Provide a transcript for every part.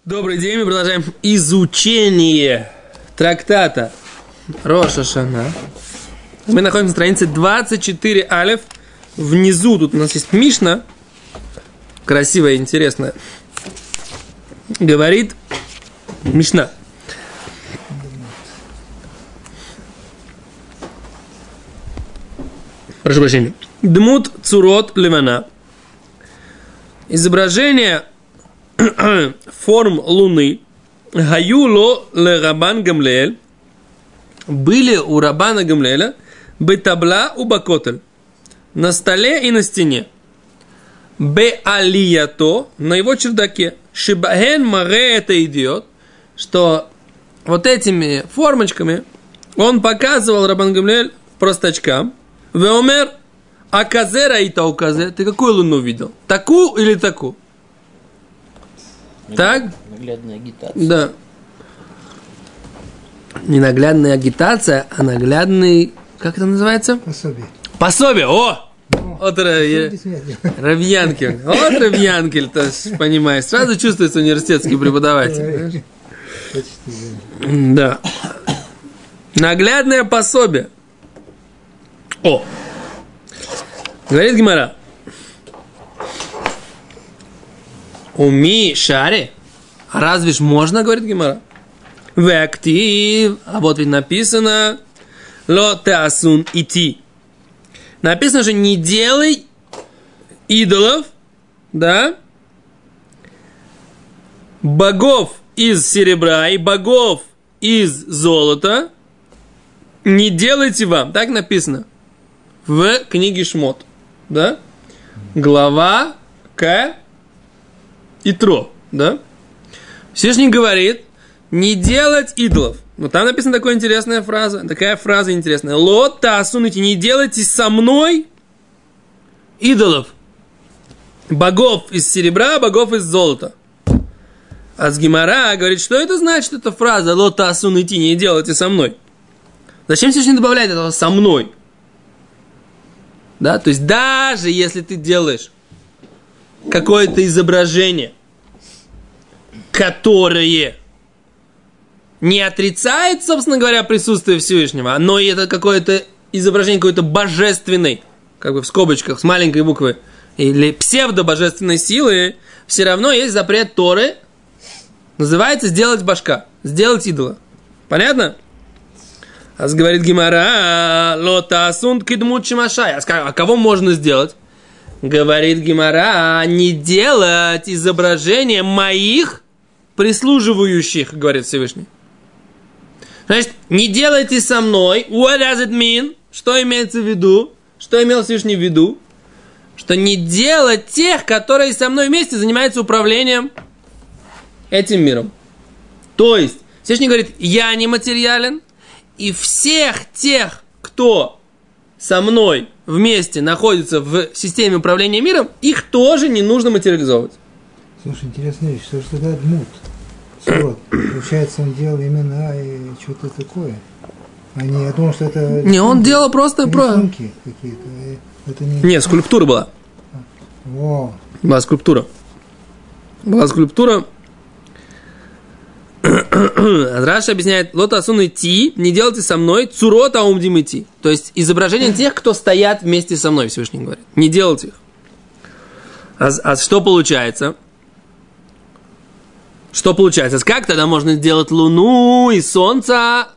Добрый день, мы продолжаем изучение трактата Рош ха-Шана. Мы находимся на странице 24 алеф. Внизу тут у нас есть Мишна, красивая и интересная. Говорит Мишна. Прошу прощения. Дмут цурот левана. Изображение форм Луны гаюло ле Рабан Гамлиэль были у Рабана Гамлиэля бетабла у бакотель на столе и на стене бе алията на его чердаке шибахен маре это идиот, что вот этими формочками он показывал Рабан Гамлиэль простачкам веомер аказера и тауказе. Ты какую луну видел? Таку или таку? Так? Наглядная агитация. Да. Не наглядная агитация, а наглядный... Как это называется? Пособие. Пособие! О! Вот Равьянкель. Вот Равьянкель, ты понимаешь. Сразу чувствуется университетский преподаватель. Да. Наглядное пособие. О! Говорит Гемара. Уми шари. Разве ж можно, говорит Гемара? Вектив. А вот ведь написано ло теасун ити. Написано же не делай идолов, да? Богов из серебра и богов из золота не делайте вам. Так написано в книге Шмот, да? Глава К. Итро, да? Всевышний говорит, не делать идолов. Вот там написана такая интересная фраза, интересная. Лот тасунути, не делайте со мной идолов. Богов из серебра, богов из золота. А с Гемара говорит, что это значит, эта фраза лот тасунути, не делайте со мной. Зачем Всевышний добавляет этого со мной? Да, то есть даже если ты делаешь какое-то изображение, которое не отрицает, собственно говоря, присутствие Всевышнего, но и это какое-то изображение какой-то божественной, как бы в скобочках, с маленькой буквы, или псевдобожественной силы, все равно есть запрет Торы, называется сделать башка, сделать идола. Понятно? А говорит Гемара, лота асунт кидмут шимашай. А кого можно сделать? Говорит Гемара, не делать изображение моих прислуживающих, говорит Всевышний. Значит, не делайте со мной. What does it mean? Что имеется в виду? Что имел Всевышний в виду? Что не делать тех, которые со мной вместе занимаются управлением этим миром. То есть, Всевышний говорит, я не материален, и всех тех, кто со мной вместе находится в системе управления миром, их тоже не нужно материализовывать. Слушай, интересная вещь, что такое дмут? Срод. Получается, он делал имена и что-то такое. А не, я думал, что это... Не, он делал просто... Рисунки какие-то. Это не... Нет, скульптура была. О. Была скульптура. Раша объясняет, лота асун идти, не делайте со мной, цурот аумдим идти. То есть изображение тех, кто стоят вместе со мной, Всевышний говорит. Не делайте их. А что получается? Что получается? Как тогда можно сделать Луну и Солнце?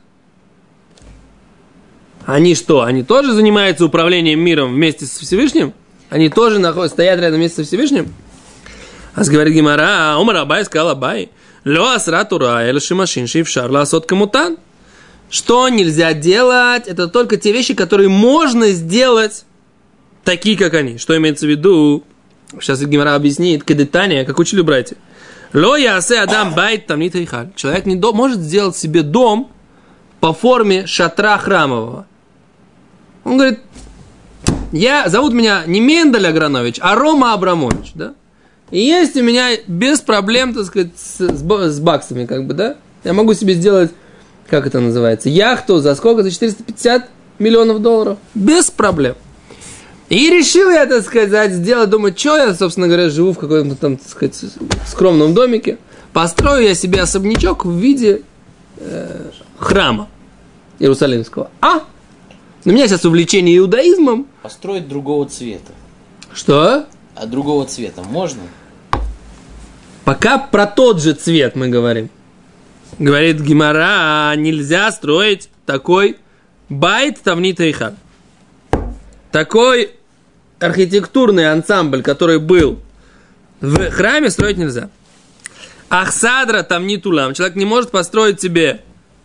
Они что? Они тоже занимаются управлением миром вместе с Всевышним? Они тоже стоят рядом вместе со Всевышним? А говорит Гемара, Омар Абай сказал Абай, ло асра тура эль шимашин шившар ласот камутан. Что нельзя делать? Это только те вещи, которые можно сделать такие, как они. Что имеется в виду? Сейчас Гемара объяснит, кадетания, как учили братья. Ло ясе адам байт тамнит ихаль. Человек не может сделать себе дом по форме шатра храмового. Он говорит, зовут меня не Мендель Агранович, а Рома Абрамович, да? И есть у меня без проблем, так сказать, с баксами, как бы, да? Я могу себе сделать, как это называется, яхту за сколько? За 450 миллионов долларов. Без проблем. И решил я, так сказать, сделать, думаю, что я, собственно говоря, живу в каком-то там, так сказать, скромном домике. Построю я себе особнячок в виде храма Иерусалимского. У меня сейчас увлечение иудаизмом. Построить другого цвета. Что? А другого цвета можно? Пока про тот же цвет мы говорим. Говорит Гемара, нельзя строить такой байт тавнит эйхад. Такой архитектурный ансамбль, который был в храме, строить нельзя. Ахсадра тавнит улам. Человек не может построить себе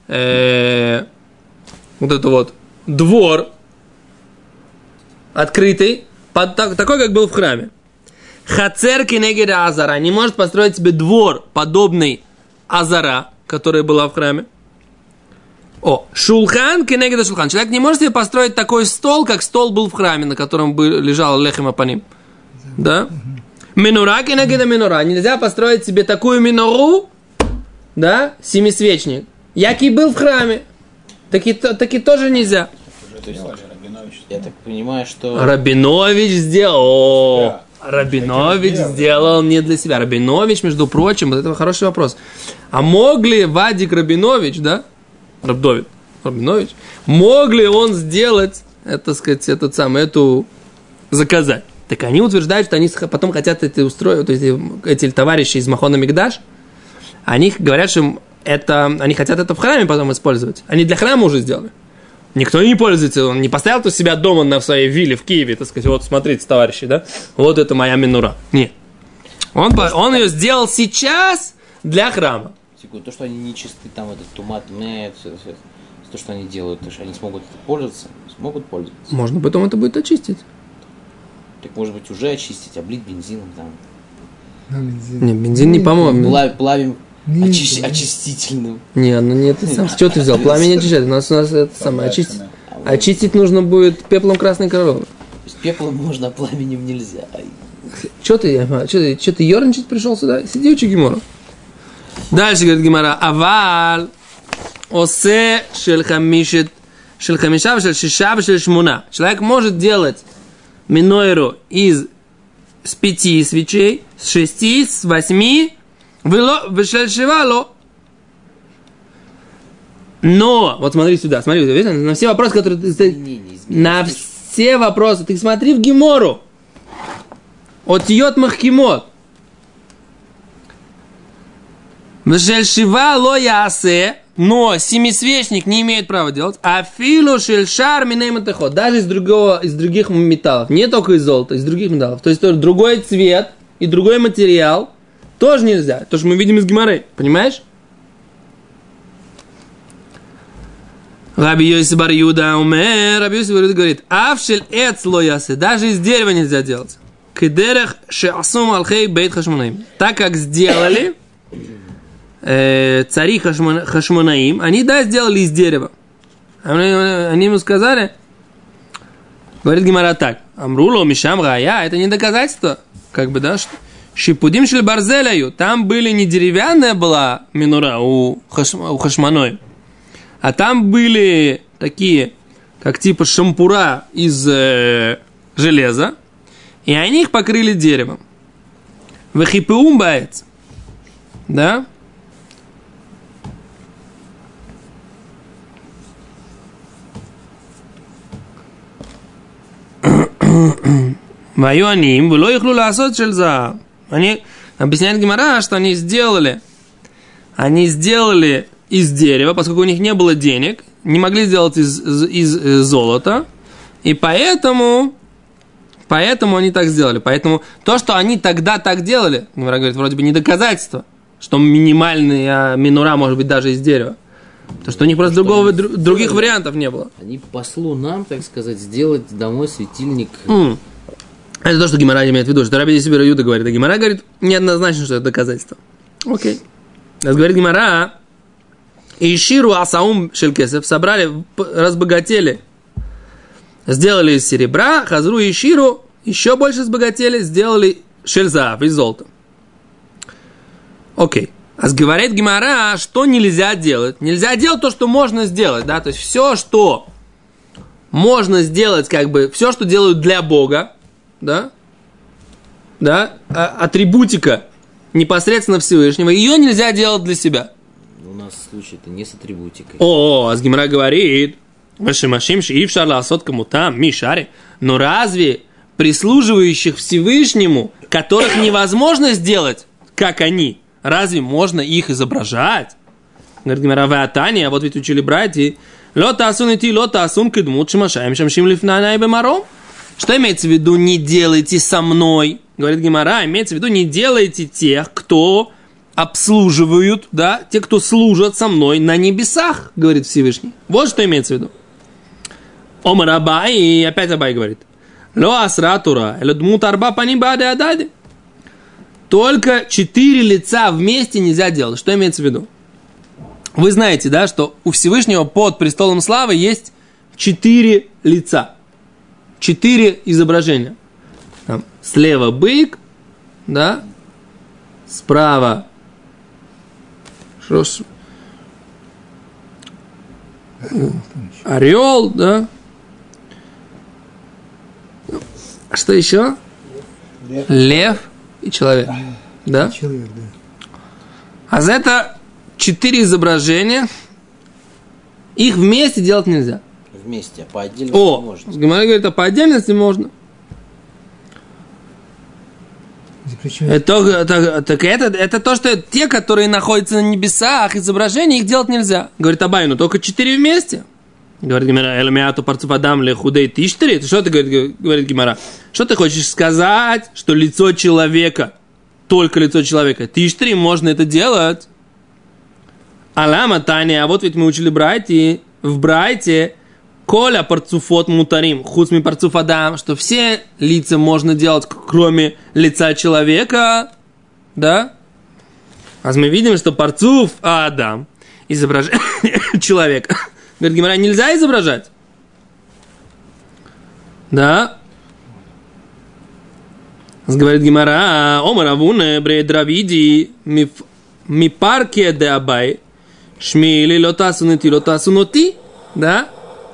вот это вот двор открытый, такой, как был в храме. Хацер кенегеда азара. Не может построить себе двор, подобный азара, которая была в храме. Шулхан кенегеда шулхан. Человек не может себе построить такой стол, как стол был в храме, на котором лежал лехем апаним. Да? Минура кенегеда минура. Нельзя построить себе такую минору, да, семисвечник. Яки был в храме. Таки тоже нельзя. Я так понимаю, что... Рабинович сделал. Рабинович сделал не для себя. Рабинович, между прочим, вот это хороший вопрос. А мог ли Вадик Рабинович, да? Рабинович, мог ли он сделать, так сказать, эту заказать? Так они утверждают, что они потом хотят это устроить, то есть эти товарищи из Махона Микдаш, они говорят, что они хотят это в храме потом использовать. Они для храма уже сделали. Никто не пользуется, он не поставил у себя дома на своей вилле в Киеве, так сказать, вот смотрите, товарищи, да, вот это моя минура. Нет. Он ее сделал сейчас для храма. То, что они нечисты, там этот тумат, то, что они делают, то, что они смогут пользоваться, смогут пользоваться. Можно потом это будет очистить. Так может быть уже очистить, облить бензином там. Не, бензин не по-моему. Плавим очистительным. Не, ты сам. Что ты взял? Пламя не очищает. У нас это самое очистить. Очистить нужно будет пеплом красной коровы. То есть пеплом можно, а пламенем нельзя. Что ты ерничать пришел сюда? Сиди, учи Гемору. Дальше говорит Гемора. Авал осе шель хамиша шель шиша шель шмуна. Человек может делать минойру с 5 свечей, с 6, с 8, вышель шивало. Но, вот смотри сюда, видишь, на все вопросы, которые на все вопросы, ты смотри в Гемору. От йот махкимот. Вышель шивало ясе. Но семисвечник не имеет права делать. А филу шельшар миней матехот. Даже из других металлов. Не только из золота, из других металлов. То есть другой цвет и другой материал тоже нельзя. То, что мы видим из Гемары. Понимаешь? Раби Йосиф бар Юда умер. Раби Йосиф бар Юда говорит. Авшель эц ло ясе. Даже из дерева нельзя делать. Кедерех шеасум алхей бейт хашмонаим. Так как сделали цари Хашмонаим, они, сделали из дерева. Они ему сказали, говорит Гемара так, Амруло, Мишам, Рая, это не доказательство, да, Шипудим шель барзеляю, там были не деревянная была минура у Хашмонаим, а там были такие, как типа шампура из железа, и они их покрыли деревом. Вехипеум баец, да? Майоним, было их луласот шельза. Они объясняют Гемара, что они сделали из дерева, поскольку у них не было денег, не могли сделать из золота, и поэтому они так сделали. Поэтому то, что они тогда так делали, Гемара говорит, вроде бы не доказательство, что минимальная минура может быть даже из дерева. Потому что у них просто других вариантов не было. Они послу нам, так сказать, сделать домой светильник. Это то, что Гемара имеет в виду, что Раби Йосиф бар Юда говорит. А Гемара говорит, неоднозначно, что это доказательство. Окей. Говорит Гемара, Иширу асаум шелькесев, собрали, разбогатели, сделали из серебра, хазру и Иширу, еще больше разбогатели, сделали шельзаав, из золота. Окей. А говорит Гемара, что нельзя делать? Нельзя делать то, что можно сделать, да, то есть все, что можно сделать как бы все, что делают для Бога, да, атрибутика непосредственно Всевышнего, ее нельзя делать для себя. У нас случай это не с атрибутикой. Гемара говорит, но разве прислуживающих Всевышнему, которых невозможно сделать, как они, разве можно их изображать? Говорит Гемара, Ватания, вот ведь учили братья, что имеется в виду не делайте со мной? Говорит Гемара, имеется в виду не делайте тех, кто обслуживают, да, те, кто служат со мной на небесах, говорит Всевышний. Вот что имеется в виду. Омар Абай, и опять Абай говорит, только 4 лица вместе нельзя делать. Что имеется в виду? Вы знаете, да, что у Всевышнего под престолом славы есть 4 лица. 4 изображения. Там, слева бык, да, справа орел, да. А что еще? Лев и человек. Да? Человек, да. А за это 4 изображения, их вместе делать нельзя. Вместе, а по отдельности можно. Гемара говорит, а по отдельности можно. Это то, что те, которые находятся на небесах, изображения, их делать нельзя. Говорит Абай, но только 4 вместе. Говорит Гемара, элмиату парцуфадам ле худей тиштери. Что ты, говорит Гемара? Что ты хочешь сказать, что лицо человека, только лицо человека, тиштери, можно это делать? Алама Таня, а вот ведь мы учили в Брайте, Коля парцуфот мутарим, хуцми парцуфадам, что все лица можно делать, кроме лица человека, да? А мы видим, что парцуф Адам изображает человека. Говорит Гемара, нельзя изображать. Да? Говорит Гемара, Омар Авуне бред Равиди мипарке де Абай шмили лотасунути, да?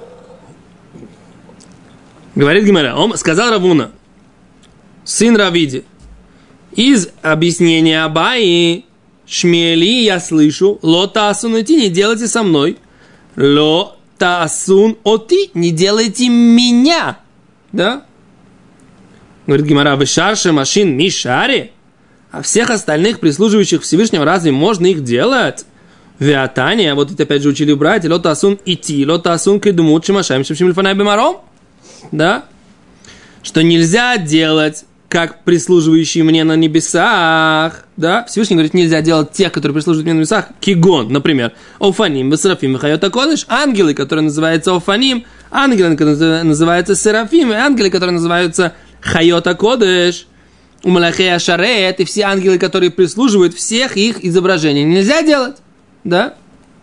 Говорит Гемара, сказал Равуна, сын Равиди, из объяснения Абаи, шмели, я слышу, лотасун оти, не делайте со мной, лотасун оти, не делайте меня, да? Говорит Гемара, вышарше машин мишари, а всех остальных прислуживающих Всевышнего разве можно их делать? Веатания, вот это опять же учили братья, лотасун ити, лотасун кедмут, шимашаем, шимшимлифанай бемаром. Да? Что нельзя делать, как прислуживающие мне на небесах. Да? Всевышний говорит, нельзя делать тех, которые прислуживают мне на небесах. Кигон, например. Офаним, Серафим, Хайота Кодеш. Ангелы, которые называются Офаним. Ангелы, которые называются Серафим. И ангелы, которые называются Хайота Кодеш. Умалахея Шарет. И все ангелы, которые прислуживают, всех их изображений нельзя делать. Да?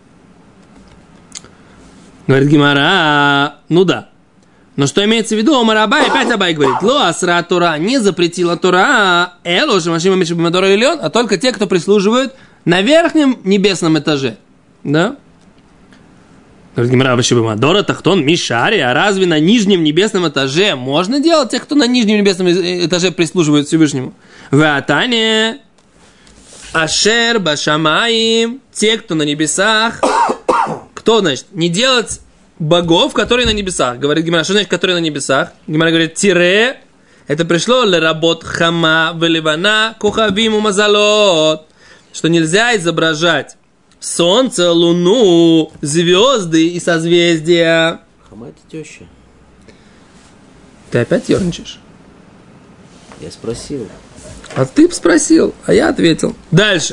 Говорит Гемара, ну да. Но что имеется в виду? Омар Абай, опять Абай говорит, ло асра Тора, не запретила Тора, эло шамашима мишбимадора илион, а только те, кто прислуживают на верхнем небесном этаже. Да? Говорит Гемара, мишбимадора тахтон мишари, а разве на нижнем небесном этаже можно делать тех, кто на нижнем небесном этаже прислуживает Всевышнему? Ватане ашер башамаим, те, кто на небесах, кто, значит, не делать богов, которые на небесах. Говорит Гемара, что значит, которые на небесах? Гемара говорит, тире, это пришло леработ хама веливана кухавим умазалот, что нельзя изображать солнце, луну, звезды и созвездия. Хама это теща. Ты опять ерничаешь? Я спросил. А ты спросил, а я ответил. Дальше.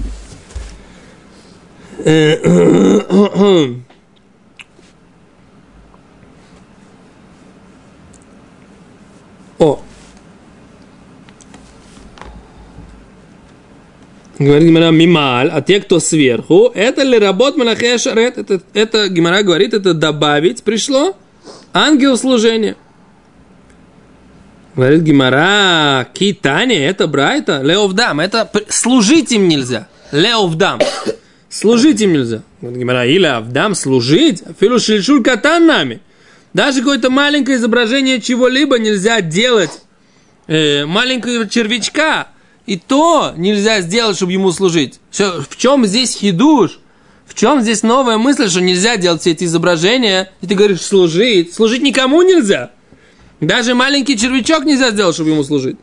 Говорит Гемара, мималь, а те, кто сверху, это ли работа Малахея Шарет, это Гемара говорит, это добавить пришло ангел служения. Говорит Гемара, китане, это брайта, леовдам, это служить им нельзя, леовдам, служить им нельзя. Говорит Гемара, или авдам служить, филу шильшуль катан нами, Даже какое-то маленькое изображение чего-либо нельзя делать. Маленького червячка. И то нельзя сделать, чтобы ему служить. В чем здесь хидуш? В чем здесь новая мысль, что нельзя делать все эти изображения? И ты говоришь, служить. Служить никому нельзя. Даже маленький червячок нельзя сделать, чтобы ему служить.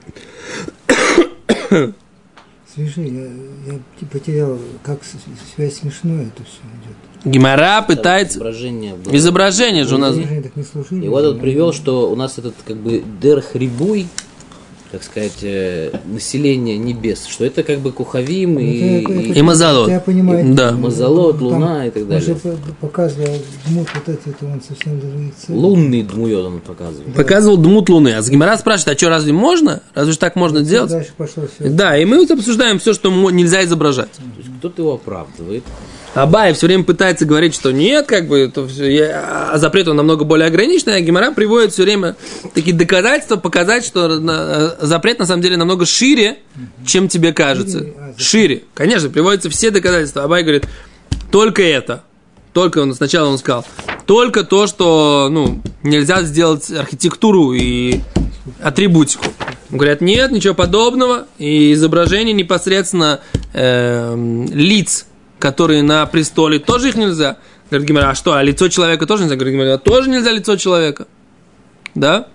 Слушай, я потерял, как связь смешное это все идет. Гемара пытается... Изображение же у нас. И вот он привел, что у нас этот как бы дерхрибуй, так сказать, население небес, что это как бы кухавим и мазалот. Я понимаю. Да. Мазалот, луна и так далее. Он же показывал дмут вот это он совсем другие цели. Лунный дмует он показывал. Да. Показывал дмут луны. А Гемара спрашивает, а что, разве можно? Разве же так можно делать? Дальше пошло все. Да, и мы вот обсуждаем все, что нельзя изображать. То есть кто-то его оправдывает. Абай все время пытается говорить, что нет, как бы, это все, а запрет он намного более ограниченный, а Гемара приводит все время такие доказательства, показать, что запрет на самом деле намного шире, чем тебе кажется. Шире. Конечно, приводятся все доказательства. Абай говорит, только это. Только сначала он сказал, только то, что нельзя сделать архитектуру и атрибутику. Говорят, нет, ничего подобного, и изображение непосредственно лиц, которые на престоле, тоже их нельзя. Говорит Гемара, а что, а лицо человека тоже нельзя? Говорит Гемара, тоже нельзя лицо человека. Да?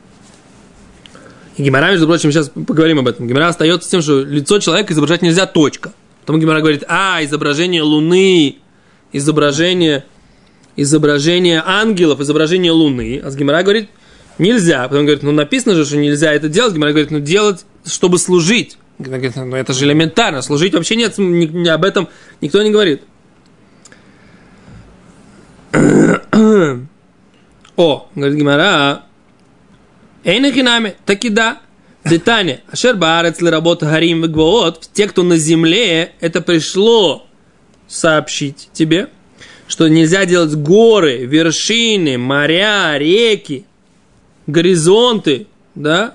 И Гемара, между прочим, сейчас поговорим об этом. Гемара остается с тем, что лицо человека изображать нельзя, точка. Потом Гемара говорит, изображение луны, изображение ангелов, изображение луны. А Гемара говорит, нельзя. Потом говорит, написано же, что нельзя это делать. Гемара говорит, делать, чтобы служить. Это же элементарно. Служить вообще нет, об этом никто не говорит. Говорит Гемара, эйнахинами, таки да. Детане, ашер баарец ли работа гарим вегвоот, те, кто на земле, это пришло сообщить тебе, что нельзя делать горы, вершины, моря, реки, горизонты, да,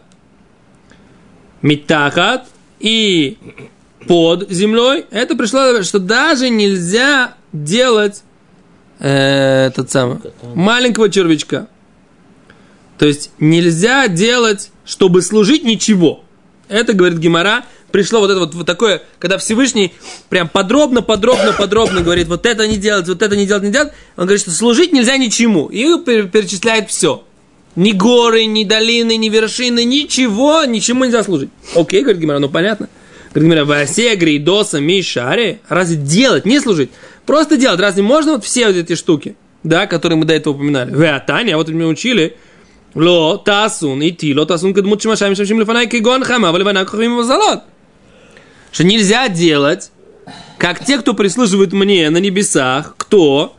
митахат, и под землей, это пришло, что даже нельзя делать маленького червячка. То есть нельзя делать, чтобы служить, ничего. Это, говорит Гемара, пришло вот это вот такое, когда Всевышний прям подробно говорит, вот это не делать, вот это не делать, не делать. Он говорит, что служить нельзя ничему. И перечисляет все. Ни горы, ни долины, ни вершины, ничего, ничему нельзя служить. Окей, говорит Гемара, понятно. Говорит Гемара, васе, грейдоса, мишаре. Разве делать, не служить? Просто делать. Разве можно вот все вот эти штуки, да, которые мы до этого упоминали? Таня, вот мы учили. Ло тасун идти, ло тасун кадмут шимашами шамшим лифанай кигон хама, валивана кухвим вазалот. Что нельзя делать, как те, кто прислуживает мне на небесах, кто?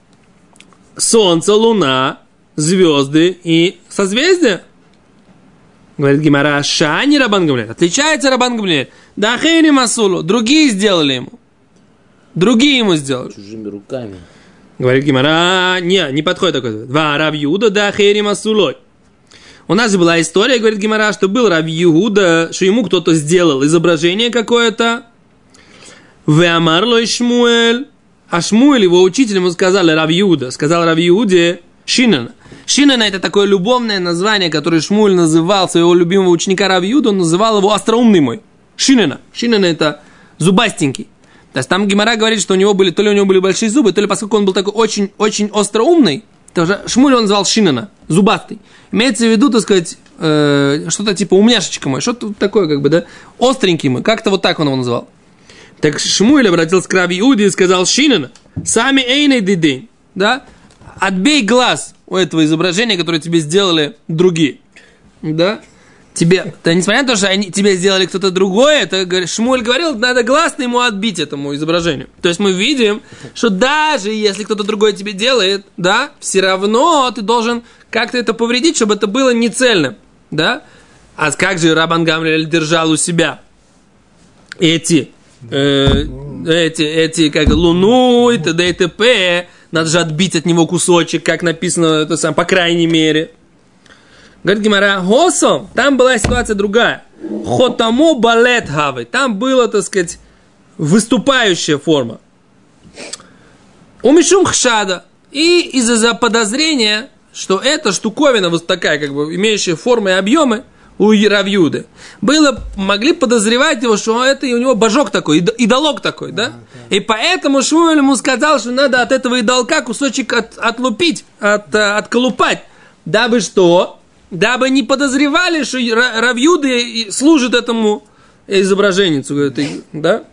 Солнце, луна, звезды и созвездия. Говорит Гемара, шани Рабан Гамлиэль. Отличается Рабан Гамлиэль. Да хэйни масулу. Другие сделали ему. Другие ему сделали. Чужими руками. Говорит Гемара, не подходит такой. Ва Рав Юда да хэйни масулой. У нас же была история, говорит Гемара, что был Рав Юда, что ему кто-то сделал изображение какое-то. Ве амарлой Шмуэль. А Шмуэль, его учитель, ему сказал Рав Юда. Сказал Рав Юде Шинана. Шинана — это такое любовное название, которое Шмуэль называл своего любимого ученика Рав Юду, он называл его остроумный мой. Шинана. Шинана — это зубастенький. То есть там Гемара говорит, что у него были, то ли у него были большие зубы, то ли поскольку он был такой очень-очень остроумный, то же Шмуэль он называл Шинана, зубастый. Имеется в виду, так сказать, что-то типа умняшечка мой, что-то такое, как бы, да, остренький мой, как-то вот так он его назвал. Так Шмуэль обратился к Рав Юде и сказал: Шинана, сами эйней дидейн, да, отбей глаз у этого изображения, которое тебе сделали другие, да, тебе, да, несмотря на то, что тебе сделали кто-то другой, это Шмуэль говорил, надо глаз ему отбить этому изображению. То есть мы видим, что даже если кто-то другой тебе делает, да, все равно ты должен как-то это повредить, чтобы это было не цельным, да. А как же Рабан Гамлиэль держал у себя эти как луну и т.д. и т.п. Надо же отбить от него кусочек, как написано, это сам, по крайней мере. Говорит Гемара, Хосом, там была ситуация другая. Хотамо балет хавы. Там была, так сказать, выступающая форма. Умишум хшада. И из-за подозрения что эта штуковина вот такая, как бы имеющая формы и объемы у Рав Юды, могли подозревать его, что это у него божок такой, идолок такой, да? И поэтому Шмуэль ему сказал, что надо от этого идолка кусочек отлупить, отколупать, дабы что? Дабы не подозревали, что Рав Юды служит этому изображенницу, говорит, да?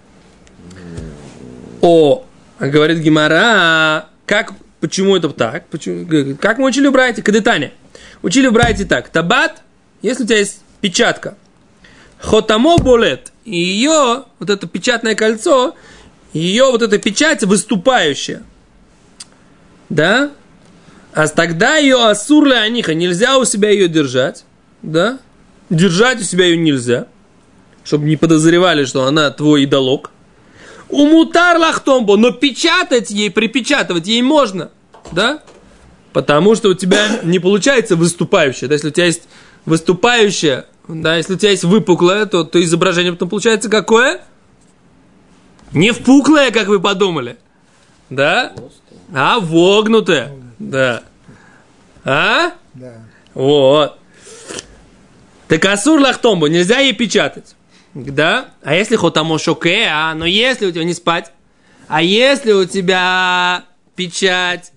Говорит Гемара, почему это так? Как мы учили в Брайте? Кадетане. Учили в Брайте так. Табат, если у тебя есть печатка, хотамо болет, и ее, вот это печатное кольцо, ее вот эта печать выступающая, да? А тогда ее асурля аниха, нельзя у себя ее держать, да? Держать у себя ее нельзя, чтобы не подозревали, что она твой идолок. Умутар лахтомбо, но печатать ей, припечатывать ей можно, да? Потому что у тебя не получается выступающее, да? Если у тебя есть выступающее, да, если у тебя есть выпуклое, то изображение потом получается какое? Не впуклое, как вы подумали, да? А вогнутое, да. А? Да. Вот. Так асур лахтомбо, нельзя ей печатать. Да? А если хотамо шоке, но если у тебя не спать, а если у тебя печать,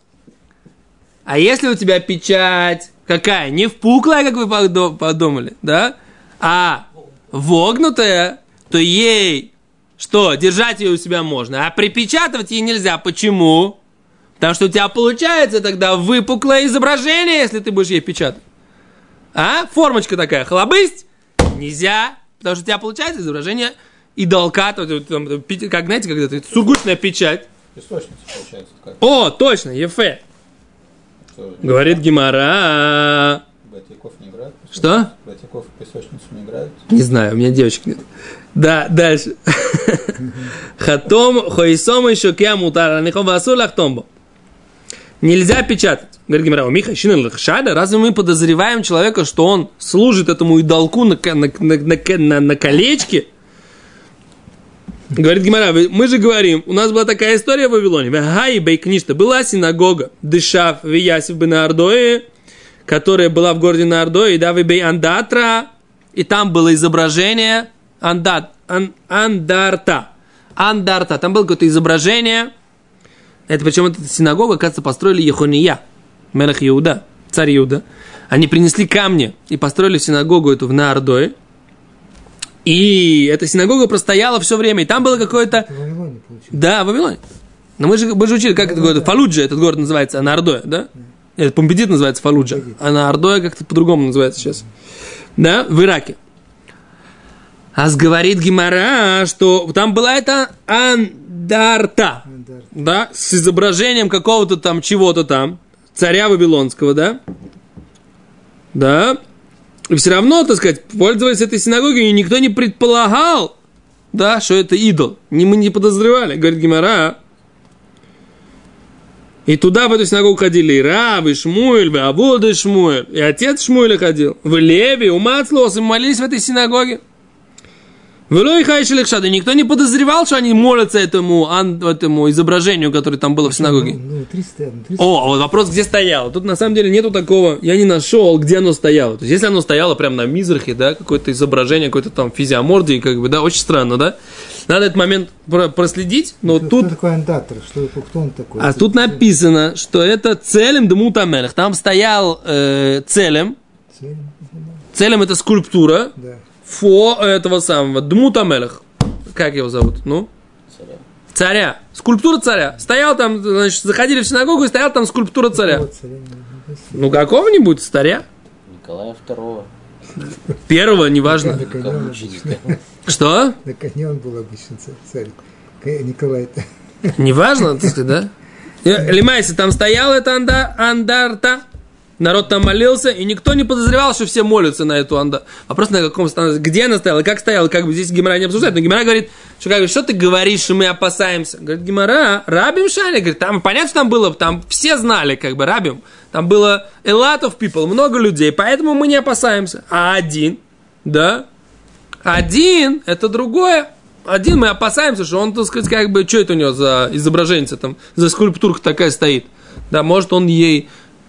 какая? Не впуклая, как вы подумали, да? А вогнутая, то ей что? Держать ее у себя можно, а припечатывать ей нельзя. Почему? Потому что у тебя получается тогда выпуклое изображение, если ты будешь ей печатать. А? Формочка такая, хлобысть, нельзя. Потому что у тебя получается изображение идолка, как, знаете, когда это сургучная печать. Песочница получается. О, точно, ефе. Говорит Гемара. Батяков не играют? Что? Батяков в песочницу не играют? Не знаю, у меня девочек нет. Да, дальше. Хатом, хоисом еще кеамутар, анихом васур лахтомбо. Нельзя печатать. Говорит Гемара, у Миха Шинен Лахшада, разве мы подозреваем человека, что он служит этому идолку на колечке? Говорит Гемара, мы же говорим, у нас была такая история в Вавилоне. Была синагога Дышав Виясив бен Ардое, которая была в городе Нардое, и Дави бей Андатра, и там было изображение Андарта. Там было какое-то изображение. Это причем эта синагога, оказывается, построили Ехония, Мелех Иуда, царь Иуда. Они принесли камни и построили синагогу эту в Наардое. И эта синагога простояла все время. И там было какое-то... В Вавилоне получилось. Да, в Вавилоне. Но мы же учили, как это город. Фалуджа этот город называется, а Наардое, да? Этот Помпедит называется Фалуджа. А Наардое как-то по-другому называется сейчас. Да, в Ираке. А говорит Гемара, что там была эта Андарта. Да, с изображением какого-то там, чего-то там, царя Вавилонского, да? Да. И все равно, так сказать, пользовались этой синагогой, и никто не предполагал, да, что это идол. Мы не подозревали, говорит Гемара. И туда, в эту синагогу ходили и Рав, и Шмуэль, и Авода, и Шмуэль, и отец Шмуэля ходил, в Леви, у Мацлос, и молились в этой синагоге. И никто не подозревал, что они молятся этому изображению, которое там было в синагоге. Вот вопрос, где стояло. Тут на самом деле нету такого, я не нашел, где оно стояло. То есть, если оно стояло прямо на мизрахе, да, какое-то изображение, какой-то там физиомордии, как бы, да, очень странно, да. Надо этот момент проследить, но тут... Кто такой андатор? Кто он такой? А тут написано, что это Целем Дмут Амелех. Там стоял Целем. Целем это скульптура. Да. Этого самого Дмута Мелех. Как его зовут? Ну? Царя. Скульптура царя. Стоял там, значит, заходили в синагогу и стоял там скульптура царя. Ну, какого-нибудь царя. Николая II. Первого, неважно. Что? На коне он был обычно царь. Николай-то. Неважно, так сказать, да? Лимайся, там стояла эта андарта. Народ там молился, и никто не подозревал, что все молятся на эту анда. Вопрос на каком становится, где она стояла, как стояла, как бы здесь Гемара не обсуждает. Но Гемара говорит, что ты говоришь, что мы опасаемся? Говорит Гемара, рабим шали, говорит, там понятно, что там было, там все знали, как бы рабим. Там было a lot of people, много людей, поэтому мы не опасаемся. А один, да? Один, это другое. Один мы опасаемся, что он, так сказать, как бы, что это у него за изображение там, за скульптурка такая стоит. Да, может он ей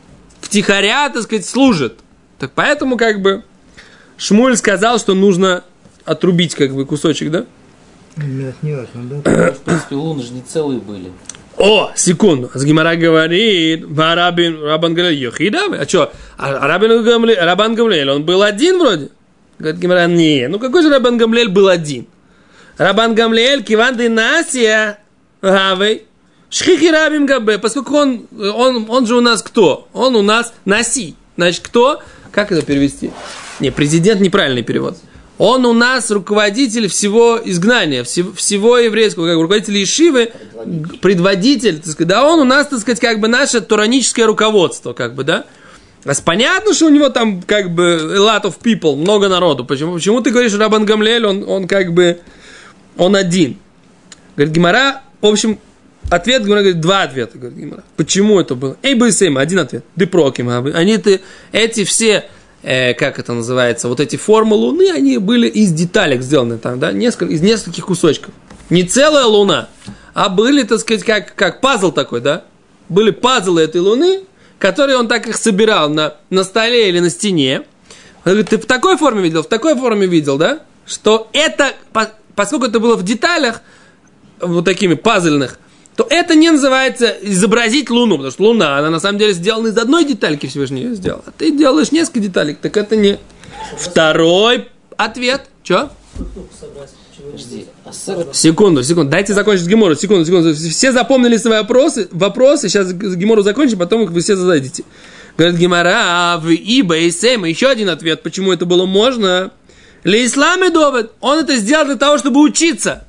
втихаря, так сказать, служат. Так поэтому, как бы, Шмуль сказал, что нужно отрубить, как бы, кусочек, да? Нет, не важно, да? В принципе, луны же не целые были. О, секунду. Гемара говорит, Рабан Гамлиэль Йохида? А что? Рабан Гамлиэль, он был один вроде? Говорит Гемара, не. Ну какой же Рабан Гамлиэль был один? Рабан Гамлиэль, Киван Динасия, Гавей, Шхихи Рабим Габе, поскольку он же у нас кто? Он у нас Наси. Значит, кто? Как это перевести? Не, президент неправильный перевод. Он у нас руководитель всего изгнания, всего еврейского, как бы руководитель Ешивы, предводитель, так сказать, да, он у нас, так сказать, как бы наше тураническое руководство, как бы, да. Понятно, что у него там, как бы, a lot of people, много народу. Почему ты говоришь, Рабан Гамлиэль, он как бы, он один? Говорит Гемара, в общем, ответ, Гемара говорит, два ответа, говорит Гемара. Почему это было? Один ответ. Депроким, эти все... как это называется, вот эти формы Луны, они были из деталек сделаны там, да, из нескольких кусочков. Не целая Луна, а были, так сказать, как пазл такой, да. Были пазлы этой Луны, которые он так их собирал на столе или на стене. Он говорит, ты в такой форме видел, да, что это, поскольку это было в деталях, вот такими пазльных, то это не называется изобразить Луну, потому что Луна, она на самом деле сделана из одной детальки, Всевышний ее сделал. А ты делаешь несколько деталек, так это не... Второй ответ. Че? Подожди, Секунду, дайте закончить Гемору. Секунду. Все запомнили свои вопросы, сейчас Гемору закончим, потом их вы все зададите. Говорит Гемора, в Иба и Сейма, еще один ответ, почему это было можно. Для исламе довод, он это сделал для того, чтобы учиться.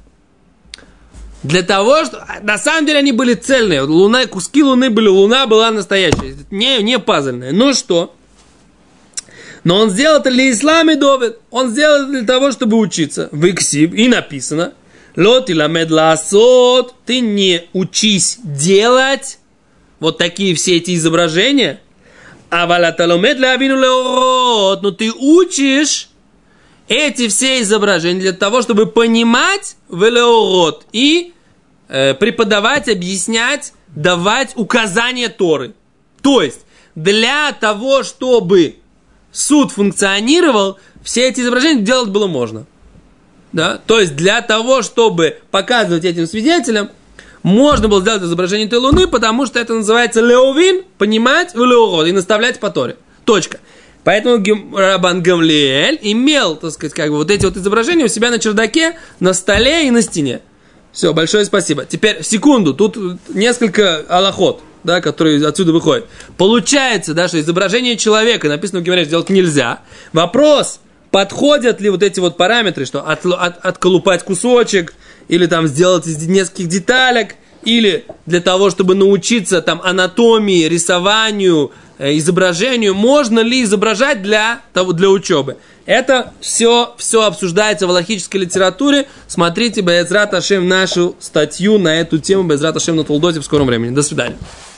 Для того, что... На самом деле они были цельные. Куски Луны были, Луна была настоящая. Не пазльная. Ну что? Но он сделал это для ислама довед. Он сделал это для того, чтобы учиться. В Иксиб. И написано. Лоти ламед ласот. Ты не учись делать вот такие все эти изображения. А валаталомед лавину леорот. Но ты учишь эти все изображения для того, чтобы понимать велеорот и преподавать, объяснять, давать указания Торы. То есть, для того, чтобы суд функционировал, все эти изображения делать было можно. Да? То есть, для того, чтобы показывать этим свидетелям, можно было сделать изображение этой Луны, потому что это называется леовин, понимать велеорот и наставлять по Торе. Точка. Поэтому Рабан Гамлиэль имел, так сказать, как бы вот эти вот изображения у себя на чердаке, на столе и на стене. Все, большое спасибо. Теперь, секунду, тут несколько алахот, да, которые отсюда выходят. Получается, да, что изображение человека, написано в Гемаре, сделать нельзя. Вопрос, подходят ли вот эти вот параметры, что отколупать кусочек, или там сделать из нескольких деталек, или для того, чтобы научиться там анатомии, рисованию, изображению, можно ли изображать для учебы. Это все обсуждается в алахической литературе. Смотрите, Бе'эзрат Ашем, нашу статью на эту тему, Бе'эзрат Ашем на Толдоте в скором времени. До свидания.